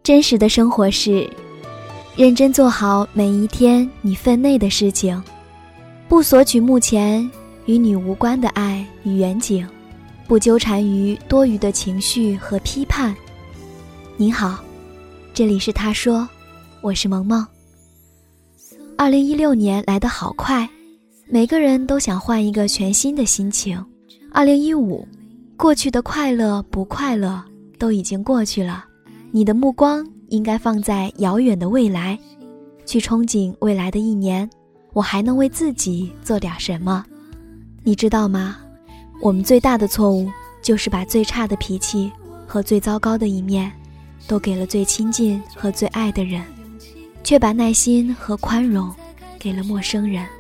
真实的生活是认真做好每一天你分内的事情，不索取目前与你无关的爱与远景，不纠缠于多余的情绪和批判。您好，这里是他说，我是萌萌。2016年来得好快，每个人都想换一个全新的心情。2015，过去的快乐不快乐都已经过去了，你的目光应该放在遥远的未来，去憧憬未来的一年，我还能为自己做点什么。你知道吗？我们最大的错误就是把最差的脾气和最糟糕的一面都给了最亲近和最爱的人，却把耐心和宽容给了陌生人。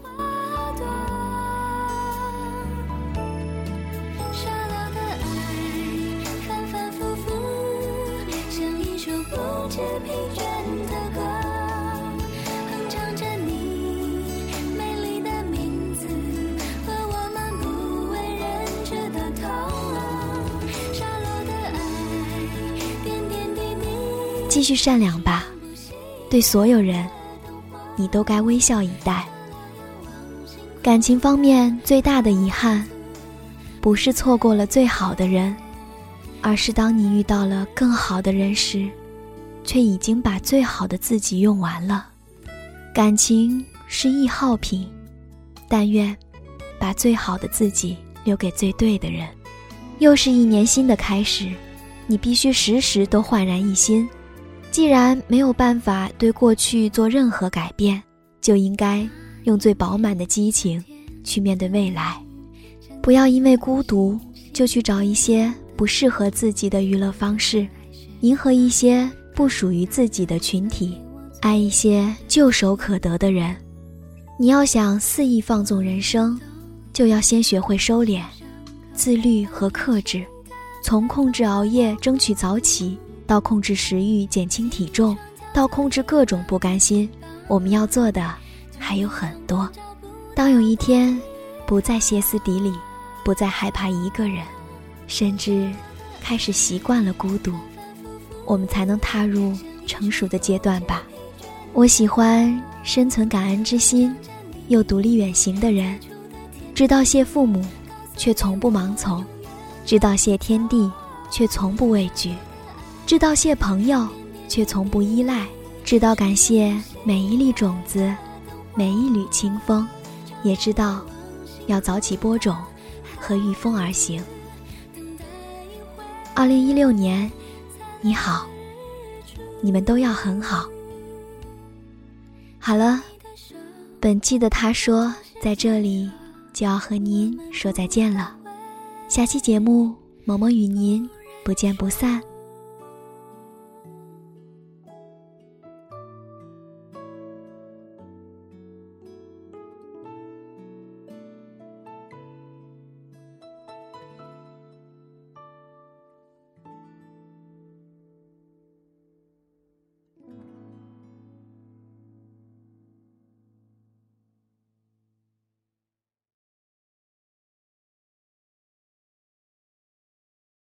继续善良吧，对所有人你都该微笑以待。感情方面最大的遗憾不是错过了最好的人，而是当你遇到了更好的人时，却已经把最好的自己用完了。感情是易耗品，但愿把最好的自己留给最对的人。又是一年新的开始，你必须时时都焕然一新。既然没有办法对过去做任何改变，就应该用最饱满的激情去面对未来。不要因为孤独就去找一些不适合自己的娱乐方式，迎合一些不属于自己的群体，爱一些唾手可得的人。你要想肆意放纵人生，就要先学会收敛、自律和克制。从控制熬夜争取早起，到控制食欲减轻体重，到控制各种不甘心，我们要做的还有很多。当有一天不再歇斯底里，不再害怕一个人，甚至开始习惯了孤独，我们才能踏入成熟的阶段吧。我喜欢深存感恩之心又独立远行的人，知道谢父母却从不盲从，知道谢天地却从不畏惧，知道谢朋友却从不依赖，知道感谢每一粒种子，每一缕清风，也知道要早起播种和御风而行。2016年你好，你们都要很好。好了，本期的他说在这里就要和您说再见了。下期节目萌萌与您不见不散。